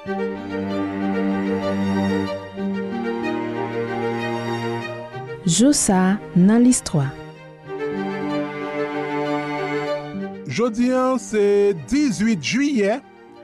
Josa dans l'histoire. Jodi c'est 18 juillet.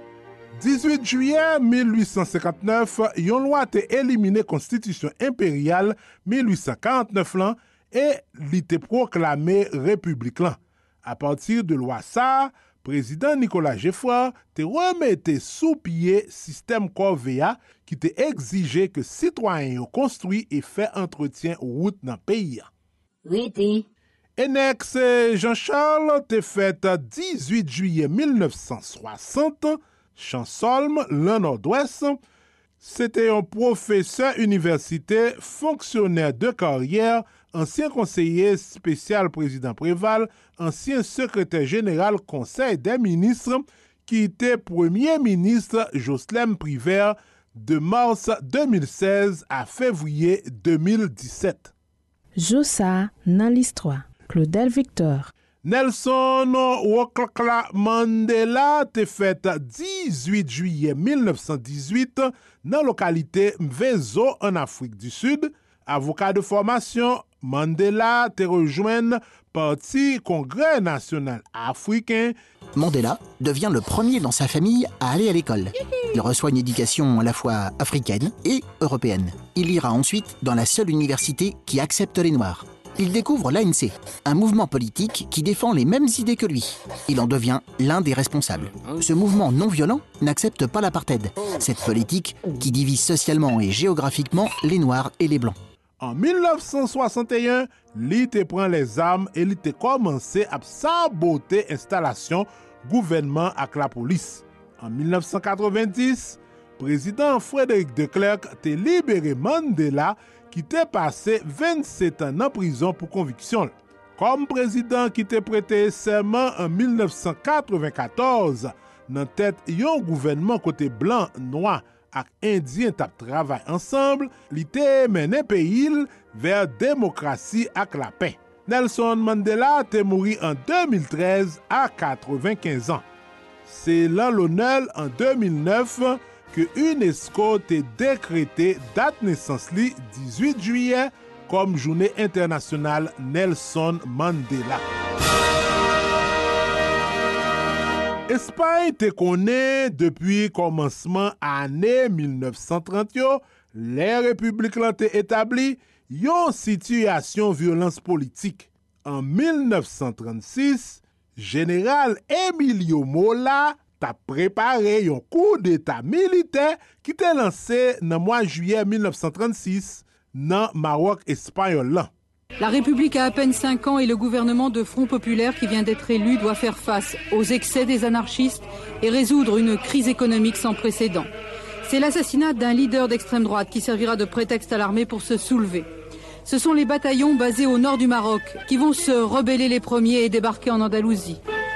18 juillet 1859, yon loi te éliminé constitution impériale 1849 lan et li te proclamé république lan. À partir de loi ça, président Nicolas Geoffroy te remette sous pied système Corvea qui te exigé que citoyens construit et fait entretien route dans pays. Oui. Enex Jean-Charles te fait 18 juillet 1960, Chansolme, le Nord-Ouest. C'était un professeur universitaire, fonctionnaire de carrière, ancien conseiller spécial président Préval, ancien secrétaire général Conseil des ministres, qui était premier ministre Jocelyn Privert de mars 2016 à février 2017. Josa dans l'histoire. Claudel Victor. Nelson Rolihlahla Mandela te fait 18 juillet 1918 dans la localité Mvezo en Afrique du Sud. Avocat de formation, Mandela te rejoint Parti Congrès national africain. Mandela devient le premier dans sa famille à aller à l'école. Il reçoit une éducation à la fois africaine et européenne. Il ira ensuite dans la seule université qui accepte les Noirs. Il découvre l'ANC, un mouvement politique qui défend les mêmes idées que lui. Il en devient l'un des responsables. Ce mouvement non violent n'accepte pas l'apartheid, cette politique qui divise socialement et géographiquement les Noirs et les Blancs. En 1961, li te prend les armes et li te commencé à saboter l'installation gouvernement avec la police. En 1990, président Frédéric de Klerk te libéré Mandela qui t'est passé 27 ans en prison pour conviction. Comme président qui t'est prêté serment en 1994, dans tête yon gouvernement côté blanc, noir et indien tap travail ensemble, li te mené pays vers démocratie et la paix. Nelson Mandela t'est mouru en 2013 à 95 ans. C'est là l'honneur en 2009 que UNESCO t'a décrété date naissance li 18 juillet comme journée internationale Nelson Mandela. Espagne te connaît depuis commencement année 1930 yo, les républiques l'ont établi yon situation violence politique. En 1936, général Emilio Mola t'a préparé un coup d'état militaire qui t'est lancé dans le mois de juillet 1936 dans Maroc espagnol. La République a à peine 5 ans et le gouvernement de Front Populaire qui vient d'être élu doit faire face aux excès des anarchistes et résoudre une crise économique sans précédent. C'est l'assassinat d'un leader d'extrême droite qui servira de prétexte à l'armée pour se soulever. Ce sont les bataillons basés au nord du Maroc qui vont se rebeller les premiers et débarquer en Andalousie.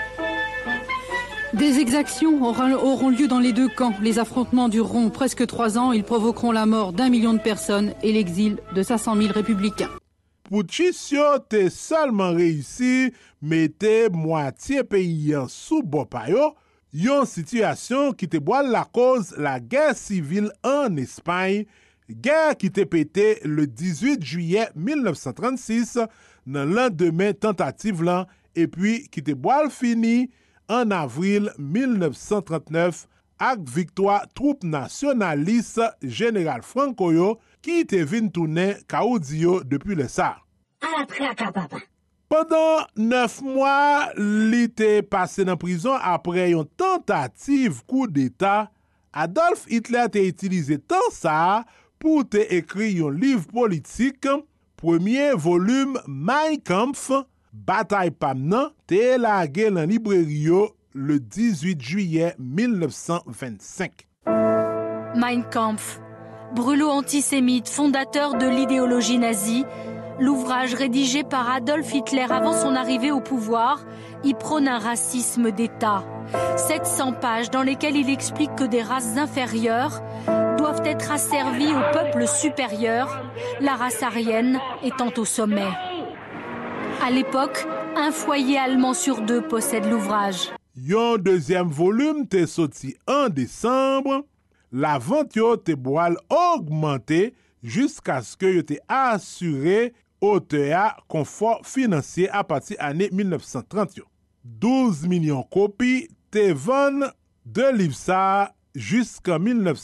Des exactions auront lieu dans les deux camps. Les affrontements dureront presque 3 ans. Ils provoqueront la mort d'1 million de personnes et l'exil de 500 000 républicains. Putschisio te seulement réussi mette moitié pays sous bopayo, yon situation qui te boit la cause la guerre civile en Espagne, guerre qui te pété le 18 juillet 1936 dans lendemain tentative là et puis qui te boit fini en avril 1939 avec victoire troupe nationaliste général Franco yo qui te vin tourner Caudillo depuis le SAR. À la traque, papa. Pendant 9 mois, li te passé dans prison après une tentative coup d'état. Adolf Hitler te utilisé tant ça pour te écrire un livre politique, premier volume Mein Kampf, Bataille Pamnan, te lagé dans librairie le 18 juillet 1925. Mein Kampf, brûlot antisémite, fondateur de l'idéologie nazie, l'ouvrage rédigé par Adolf Hitler avant son arrivée au pouvoir, y prône un racisme d'État. 700 pages dans lesquelles il explique que des races inférieures doivent être asservies au peuple supérieur, la race aryenne étant au sommet. À l'époque, un foyer allemand sur 2 possède l'ouvrage. Yon deuxième volume t'est sorti en décembre. la vente yo te boal augmenté jusqu'à ce que yo te assuré auteur confort financier à partir année 1930 yo. 12 millions copies te vend de livre ça jusqu'en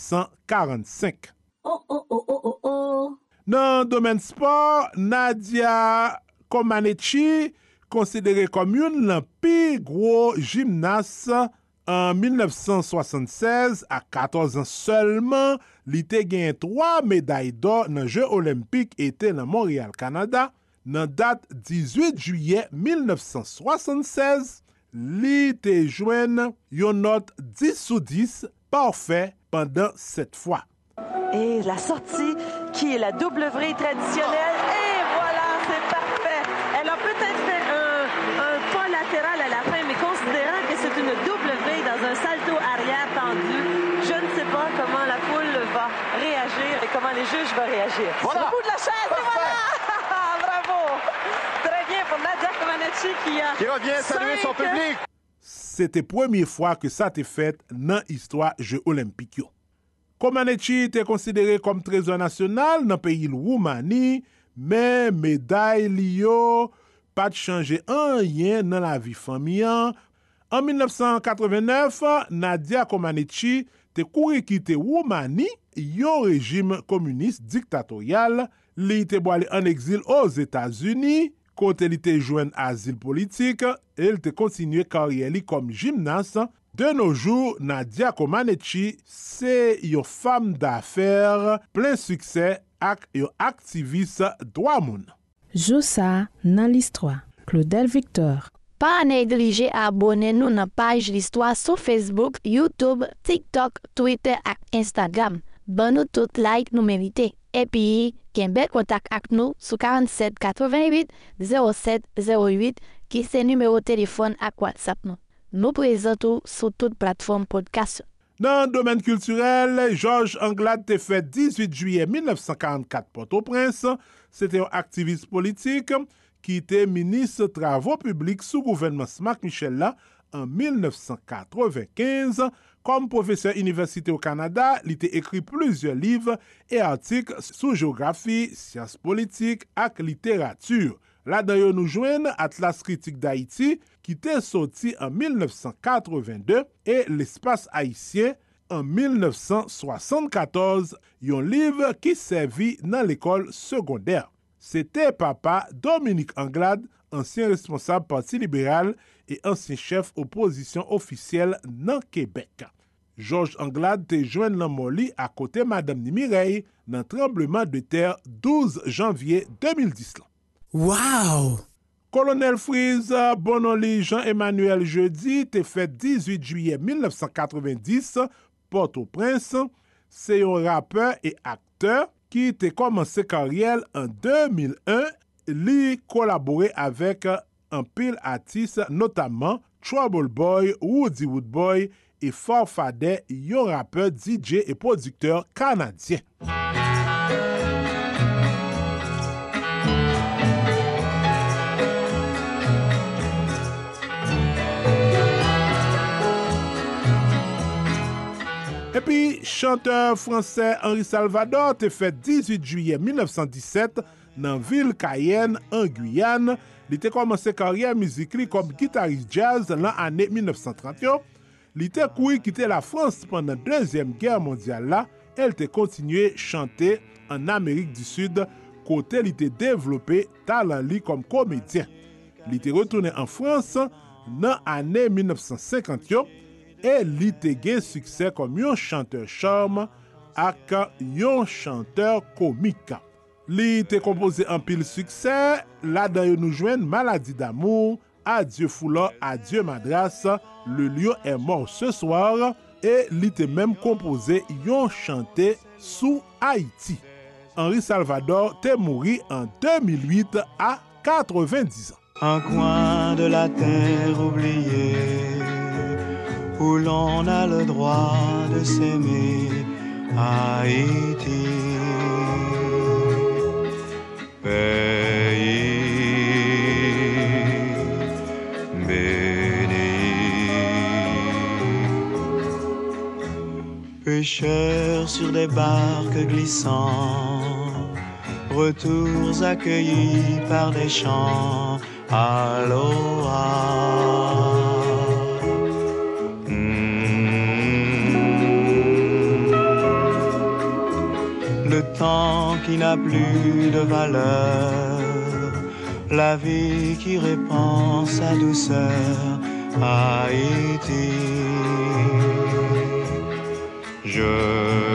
1945. Oh. Dans le domaine sport, Nadia Comaneci, considérée comme une des plus gros gymnastes en 1976, à 14 ans seulement, il a gagné 3 médailles d'or dans les Jeux olympiques été dans Montréal, Canada. Dans la date 18 juillet 1976, il a joué une note 10 sur 10 parfait pendant 7 fois. Et la sortie qui est la double vrille traditionnelle. Et voilà, c'est parfait. Elle a peut-être fait un pas latéral à la fin, mais considérant que c'est une double vrille dans un salto arrière tendu, je ne sais pas comment la foule va réagir et comment les juges vont réagir. Voilà. Au bout de la chaise, et voilà! Bravo! Très bien pour Nadia Comaneci qui revient saluer son public. C'était la première fois que ça t'est fait dans l'histoire des Jeux olympiques. Comaneci était considéré comme trésor national dans le pays de Roumanie, mais médaille Lio pas de changer rien dans la vie familiale. En 1989, Nadia Comaneci te couru quitter Roumanie, un régime communiste dictatorial. Il était en exil aux États-Unis, côté il était joint asile politique et il a continué carrière comme gymnaste. De nos jours, Nadia Comaneci, c'est une femme d'affaires plein succès et une activiste droit moun. Josa dans l'histoire. Claudel Victor. Pas négliger à abonner nous dans page l'histoire sur Facebook, YouTube, TikTok, Twitter et Instagram. Bon nous tout like nous mériter. Et puis, qu'un contact avec nous sur 47 88 07 08 qui c'est numéro de téléphone à WhatsApp nous. Nous présentons sur toute plateforme podcast. Dans le domaine culturel, Georges Anglade te fait 18 juillet 1944 Port-au-Prince. C'était un activiste politique qui était ministre des Travaux publics sous gouvernement Smack Michel là en 1995. Comme professeur université au Canada, il a écrit plusieurs livres et articles sur géographie, sciences politiques et littérature. Là-dedans, nous joignons Atlas critique d'Haïti, qui était sorti en 1982, et L'espace haïtien en 1974, un livre qui servit dans l'école secondaire. C'était papa Dominique Anglade, ancien responsable Parti libéral et ancien chef opposition officielle dans Québec. Georges Anglade te joint dans Moli à côté Madame Mireille dans tremblement de terre 12 janvier 2010. Wow! Colonel Freeze Bonoli Jean-Emmanuel Jeudi te fait 18 juillet 1990 Port-au-Prince. C'est un rappeur et acteur qui a commencé carrière en 2001. Il a collaboré avec un pile artiste, notamment Trouble Boy, Woody Woodboy et Farfadet, un rappeur, DJ et producteur canadien. Et puis, chanteur français Henri Salvador te fait 18 juillet 1917 dans la ville Cayenne, en Guyane. Il a commencé carrière musicale comme guitariste jazz dans l'année 1930. Il a quitté la France pendant la Deuxième Guerre mondiale. Elle a continué à chanter en Amérique du Sud, côté il a développé talent comme comédien. Il est retourné en France dans l'année 1950. Et il a gagné succès comme un chanteur charme et un chanteur comique. Il a composé un pile succès, là-dedans nous joignons Maladie d'amour, Adieu Foulard, Adieu Madras, Le lion est mort ce soir, et il a même composé un chanté sous Haïti. Henri Salvador est mort en 2008 à 90 ans. Un coin de la terre oubliée, où l'on a le droit de s'aimer, Haïti, pays béni. Pécheur voyageurs sur des barques glissants, retours accueillis par des chants. Aloha. Le temps qui n'a plus de valeur, la vie qui répand sa douceur. Haïti, je